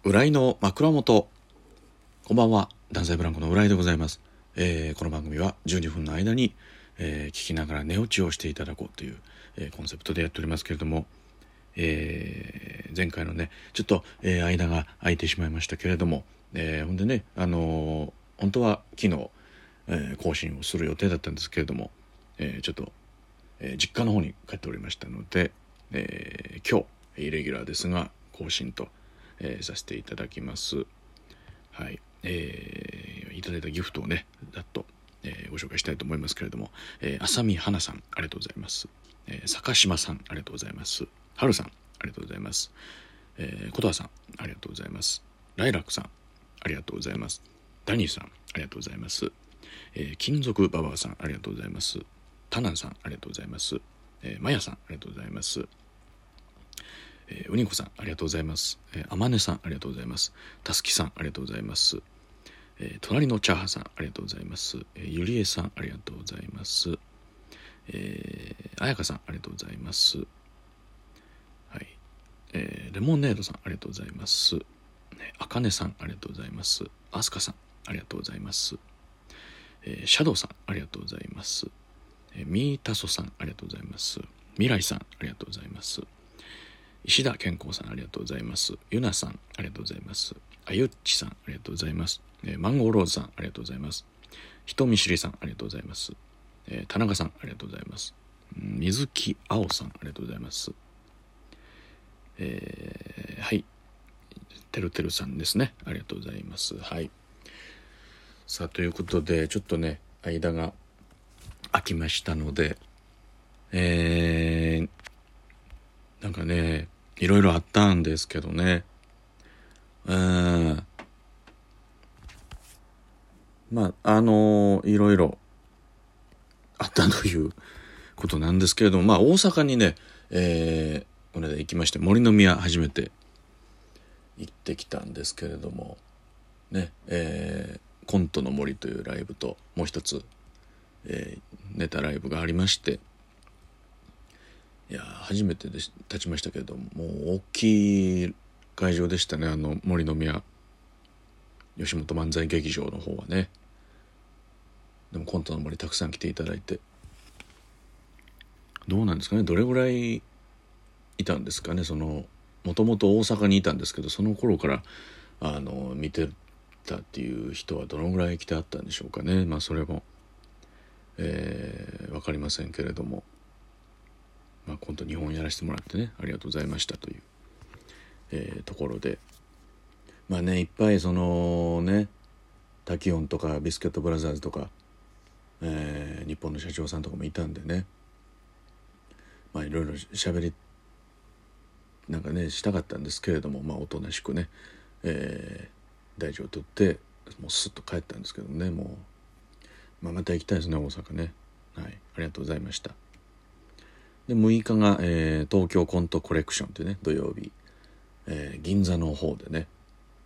浦井の枕元。こんばんは、男性ブランコの浦井でございます。この番組は12分の間に、聞きながら寝落ちをしていただこうという、コンセプトでやっておりますけれども、前回のねちょっと、間が空いてしまいましたけれども、ほんでね本当は昨日、更新をする予定だったんですけれども、ちょっと、実家の方に帰っておりましたので、今日イレギュラーですが更新と、させていただきます。はい、いただいたギフトをねざっと、ご紹介したいと思いますけれども、浅見花さんありがとうございます。坂島さんありがとうございます。はるさんありがとうございます。琴葉さんありがとうございます。ライラックさんありがとうございます。ダニーさんありがとうございます。金属ババアさんありがとうございます。タナンさんありがとうございます。マヤさんありがとうございます。ウニコさんありがとうございます。アマネさんありがとうございます。タスキさんありがとうございます。隣のチャーハさんありがとうございます。ゆりえさんありがとうございます。あやかさんありがとうございます。はい、レモネードさんありがとうございます。あかねさんありがとうございます。あすかさんありがとうございます。シャドウさんありがとうございます。ミータソさんありがとうございます。未来さんありがとうございます。石田健康さんありがとうございます。ゆなさんありがとうございます。あゆっちさんありがとうございます。マンゴーローズさんありがとうございます。人見知りさんありがとうございます。田中さんありがとうございます。水木青さんありがとうございます。はい、てるてるさんですね、ありがとうございます。はい、さあということでちょっとね間が空きましたので、なんかねいろいろあったんですけどね、まあいろいろあったということなんですけれども、まあ大阪にね、この間行きまして、森の宮初めて行ってきたんですけれどもね、コントの森というライブともう一つ、ネタライブがありまして、いや初めて立ちましたけれども、もう大きい会場でしたね。森の宮吉本漫才劇場の方はね。でもコントの森たくさん来ていただいて、どうなんですかね、どれぐらいいたんですかね。もともと大阪にいたんですけど、その頃から見てたっていう人はどのぐらい来てあったんでしょうかね。まあそれも、分かりませんけれども、まあ今度日本やらせてもらってねありがとうございましたという、ところで、まあねいっぱいタキオンとかビスケットブラザーズとか、日本の社長さんとかもいたんでね、まあいろいろ喋りなんかねしたかったんですけれども、まあおとなしくね、大事を取ってもうスッと帰ったんですけどね。もう、まあ、また行きたいですね大阪ね。はい、ありがとうございました。で6日が、東京コントコレクションというね土曜日、銀座の方でね、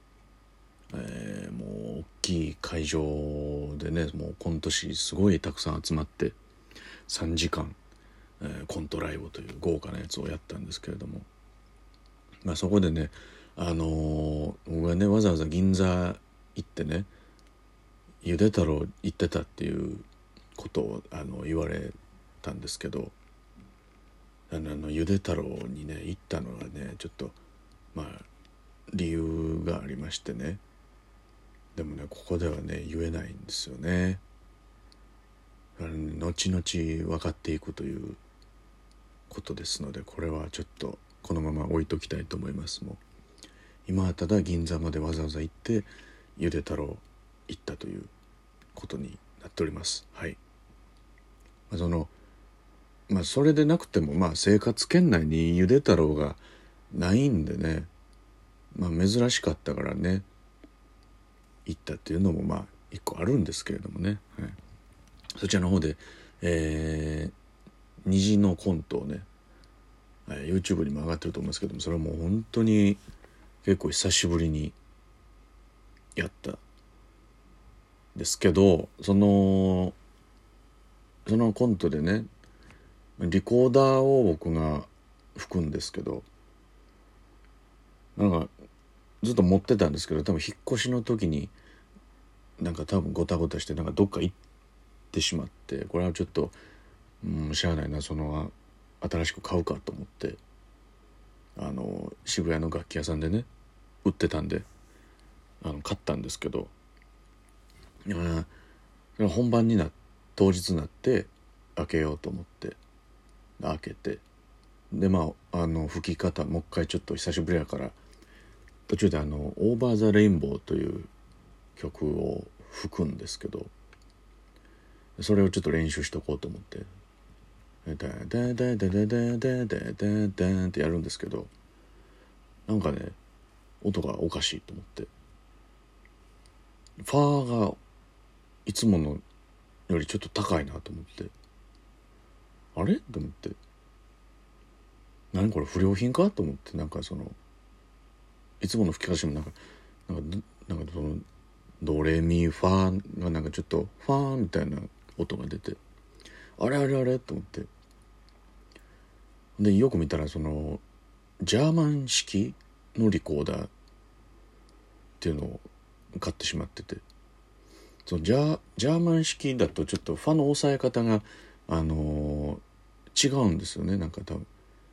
もう大きい会場でね、もうコント師すごいたくさん集まって3時間、コントライブという豪華なやつをやったんですけれども、まあそこでね僕がねわざわざ銀座行ってねゆで太郎行ってたっていうことを言われたんですけど、ゆで太郎にね行ったのはねちょっとまあ理由がありましてね。でもねここではね言えないんですよね。後々分かっていくということですので、これはちょっとこのまま置いときたいと思います。もう今はただ銀座までわざわざ行ってゆで太郎行ったということになっております。はい、それでなくても、まあ生活圏内にゆで太郎がないんでね、まあ珍しかったからね行ったっていうのもまあ一個あるんですけれどもね、はい、そちらの方で、虹のコントをね、YouTube にも上がってると思いますけども、それはもう本当に結構久しぶりにやったですけど、そのコントでねリコーダーを僕が吹くんですけど、なんかずっと持ってたんですけど、多分引っ越しの時になんか多分ゴタゴタしてなんかどっか行ってしまって、これはちょっとしゃあないな、新しく買うかと思って、渋谷の楽器屋さんでね売ってたんで買ったんですけど、本番当日になって開けようと思って開けて、で吹き方もう一回ちょっと久しぶりやから途中でオーバーザレインボーという曲を吹くんですけど、それをちょっと練習しとこうと思ってダンダンダンダンダンダンダンダンダンダンってやるんですけど、なんかね音がおかしいと思って、ファーがいつものよりちょっと高いなと思って、あれと思って、何これ不良品かと思って、なんかいつもの吹き方もなんかドレミファーがなんかちょっとファーみたいな音が出て、あれあれあれと思って、でよく見たらジャーマン式のリコーダーっていうのを買ってしまってて、ジャーマン式だとちょっとファの押さえ方が違うんですよね。なんか多分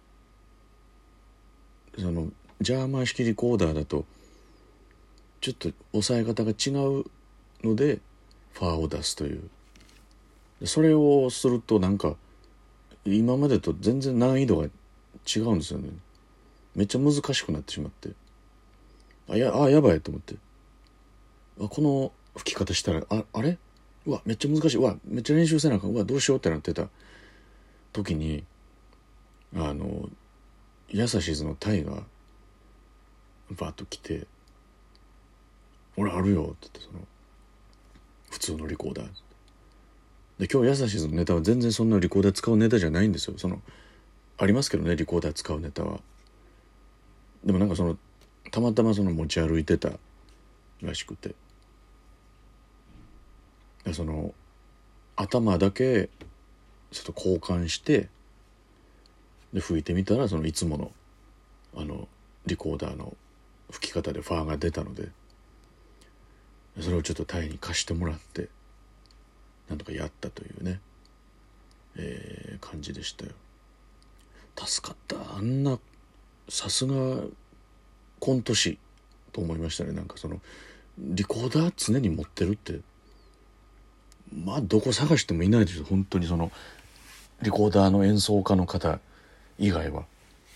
ジャーマン式リコーダーだとちょっと押さえ方が違うのでファーを出すという、それをするとなんか今までと全然難易度が違うんですよね。めっちゃ難しくなってしまって、やばいと思って、この吹き方したらあれうわめっちゃ難しい、めっちゃ練習せなあかん、どうしようってなってた時にヤサシズのタイがバーッと来て、俺あるよって言って、普通のリコーダーで、今日ヤサシズのネタは全然そんなリコーダー使うネタじゃないんですよ。ありますけどね、リコーダー使うネタは。でもなんかたまたま持ち歩いてたらしくて、で頭だけちょっと交換してで吹いてみたらいつものリコーダーの吹き方でファーが出たので、それをちょっとタイに貸してもらってなんとかやったというね、感じでしたよ。助かった。さすがコント師と思いましたね。なんかリコーダー常に持ってるってどこ探してもいないですよ。本当にリコーダーの演奏家の方以外は。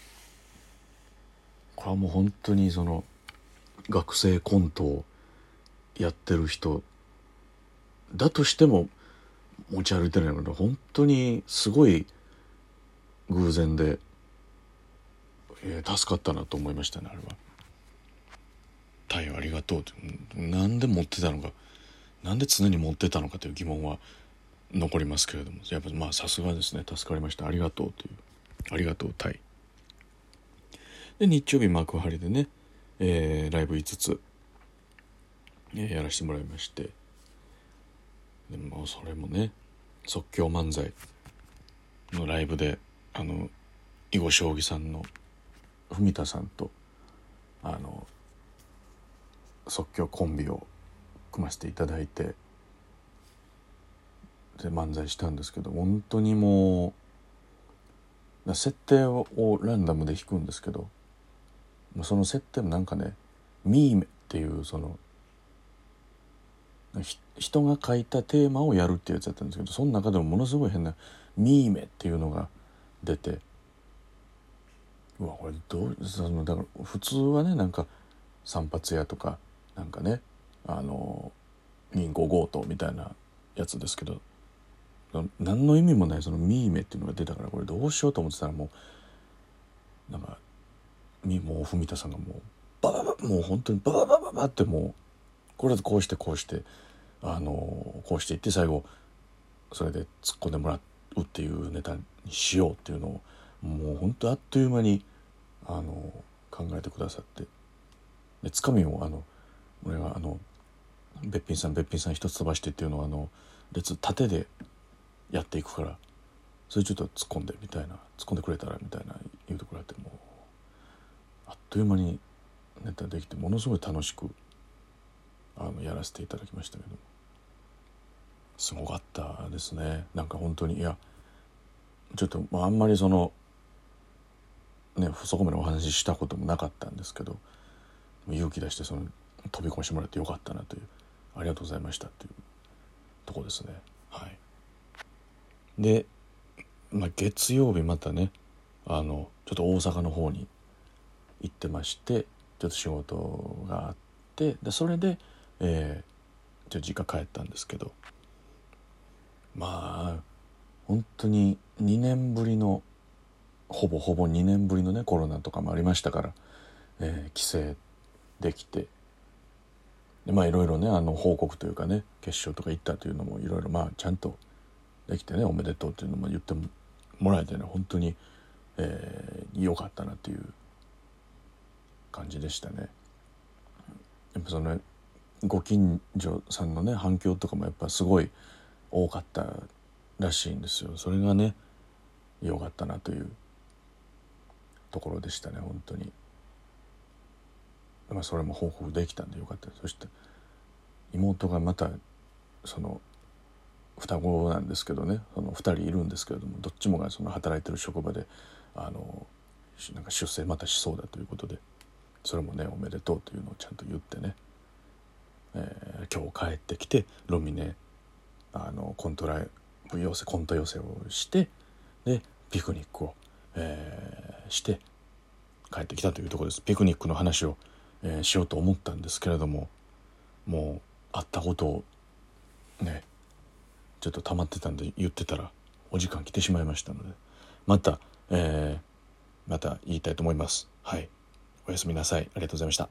これはもう本当に学生コントをやってる人だとしても持ち歩いてないので、本当にすごい偶然で、助かったなと思いましたね。あれは太陽ありがとうって、なんで持ってたのか、なんで常に持ってたのかという疑問は残りますけれども、やっぱさすがですね、助かりました。ありがとうという、ありがとうタイで、日曜日幕張でね、ライブ5つ、やらせてもらいまして、でもそれもね即興漫才のライブで囲碁将棋さんの文田さんと即興コンビを組ませていただいて、で漫才したんですけど、本当にもう設定をランダムで弾くんですけど、その設定もなんかねミーメっていう人が書いたテーマをやるっていうやつだったんですけど、その中でもものすごい変なミーメっていうのが出て、これだから普通はねなんか散髪屋とかなんかね銀行強盗みたいなやつですけど、何の意味もないミーメっていうのが出たから、これどうしようと思ってたら、もうなんかもう文田さんがもうバババもう本当にバババババってもうこれでこうしてこうしてこうしていって最後それで突っ込んでもらうっていうネタにしようっていうのをもう本当あっという間に考えてくださって、でつかみを俺がべっぴんさん一つ飛ばしてっていうのを列縦でやっていくから、それちょっと突っ込んでみたいな、突っ込んでくれたらみたいな言うてくれて、もうあっという間にネタできてものすごい楽しくやらせていただきましたけど、すごかったですね。なんか本当にちょっと、あんまりそこまでお話ししたこともなかったんですけど、勇気出して飛び込ましてもらってよかったなという、ありがとうございましたっていうとこですね。はい。で、月曜日またねちょっと大阪の方に行ってまして、ちょっと仕事があって、でそれで、ちょっと実家帰ったんですけど、本当に2年ぶりのほぼ2年ぶりのね、コロナとかもありましたから、帰省できて、でいろいろね報告というかね、決勝とか行ったというのもいろいろちゃんとできてね、おめでとうというのも言ってもらえてね、本当に良かったなという感じでしたね。やっぱご近所さんのね反響とかもやっぱすごい多かったらしいんですよ。それがね良かったなというところでしたね、本当に。それも報告できたんでよかったです。そして妹がまた双子なんですけどね、2人いるんですけれども、どっちもが働いてる職場でなんか出世またしそうだということで、それもねおめでとうというのをちゃんと言ってね、今日帰ってきてロミネコント寄せをして、でピクニックを、して帰ってきたというところです。ピクニックの話を、しようと思ったんですけれども、もう会ったことをねちょっと溜まってたんで言ってたらお時間来てしまいましたので、また言いたいと思います。はい、おやすみなさい。ありがとうございました。